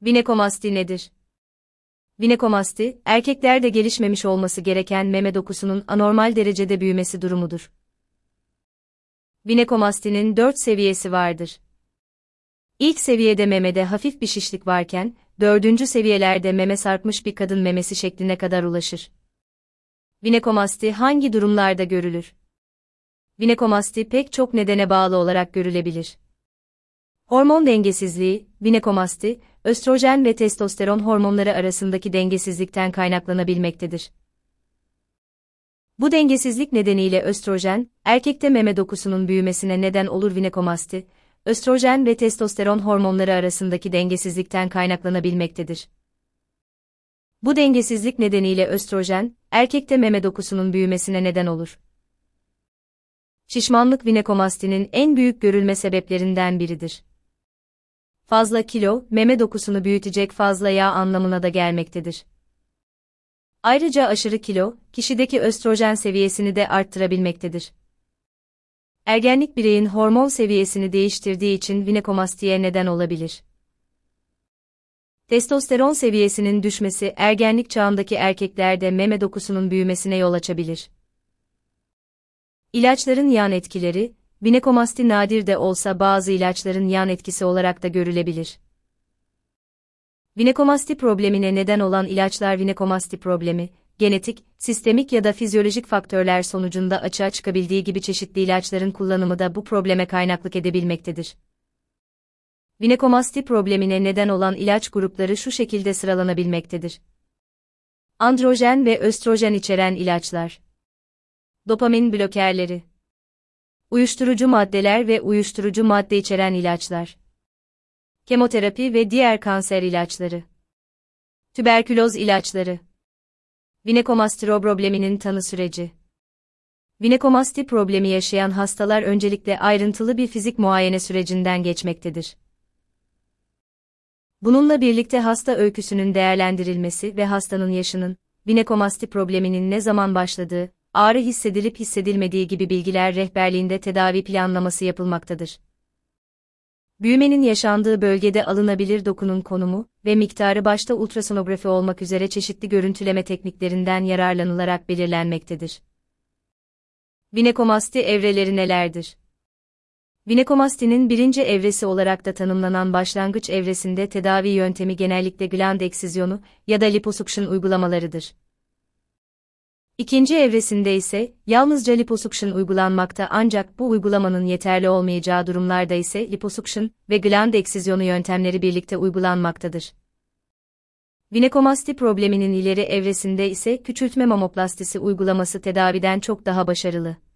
Vinekomasti nedir? Vinekomasti, erkeklerde gelişmemiş olması gereken meme dokusunun anormal derecede büyümesi durumudur. Vinekomastinin 4 seviyesi vardır. İlk seviyede memede hafif bir şişlik varken, 4. seviyelerde meme sarkmış bir kadın memesi şekline kadar ulaşır. Vinekomasti hangi durumlarda görülür? Vinekomasti pek çok nedene bağlı olarak görülebilir. Hormon dengesizliği, vinekomasti, östrojen ve testosteron hormonları arasındaki dengesizlikten kaynaklanabilmektedir. Bu dengesizlik nedeniyle östrojen, erkekte meme dokusunun büyümesine neden olur. Vinekomasti, östrojen ve testosteron hormonları arasındaki dengesizlikten kaynaklanabilmektedir. Bu dengesizlik nedeniyle östrojen, erkekte meme dokusunun büyümesine neden olur. Şişmanlık vinekomastinin en büyük görülme sebeplerinden biridir. Fazla kilo, meme dokusunu büyütecek fazla yağ anlamına da gelmektedir. Ayrıca aşırı kilo, kişideki östrojen seviyesini de arttırabilmektedir. Ergenlik bireyin hormon seviyesini değiştirdiği için vinekomastiye neden olabilir. Testosteron seviyesinin düşmesi ergenlik çağındaki erkeklerde meme dokusunun büyümesine yol açabilir. İlaçların yan etkileri, vinekomasti nadir de olsa bazı ilaçların yan etkisi olarak da görülebilir. Vinekomasti problemine neden olan ilaçlar. Vinekomasti problemi, genetik, sistemik ya da fizyolojik faktörler sonucunda açığa çıkabildiği gibi çeşitli ilaçların kullanımı da bu probleme kaynaklık edebilmektedir. Vinekomasti problemine neden olan ilaç grupları şu şekilde sıralanabilmektedir. Androjen ve östrojen içeren ilaçlar. Dopamin blokerleri. Uyuşturucu maddeler ve uyuşturucu madde içeren ilaçlar. Kemoterapi ve diğer kanser ilaçları. Tüberküloz ilaçları. Vinekomasti probleminin tanı süreci. Vinekomasti problemi yaşayan hastalar öncelikle ayrıntılı bir fizik muayene sürecinden geçmektedir. Bununla birlikte hasta öyküsünün değerlendirilmesi ve hastanın yaşının, vinekomasti probleminin ne zaman başladığı, ağrı hissedilip hissedilmediği gibi bilgiler rehberliğinde tedavi planlaması yapılmaktadır. Büyümenin yaşandığı bölgede alınabilir dokunun konumu ve miktarı başta ultrasonografi olmak üzere çeşitli görüntüleme tekniklerinden yararlanılarak belirlenmektedir. Vinekomasti evreleri nelerdir? Vinekomastinin birinci evresi olarak da tanımlanan başlangıç evresinde tedavi yöntemi genellikle gland eksizyonu ya da liposuction uygulamalarıdır. İkinci evresinde ise yalnızca liposuction uygulanmakta, ancak bu uygulamanın yeterli olmayacağı durumlarda ise liposuction ve gland eksizyonu yöntemleri birlikte uygulanmaktadır. Vinekomasti probleminin ileri evresinde ise küçültme mamoplastisi uygulaması tedaviden çok daha başarılı.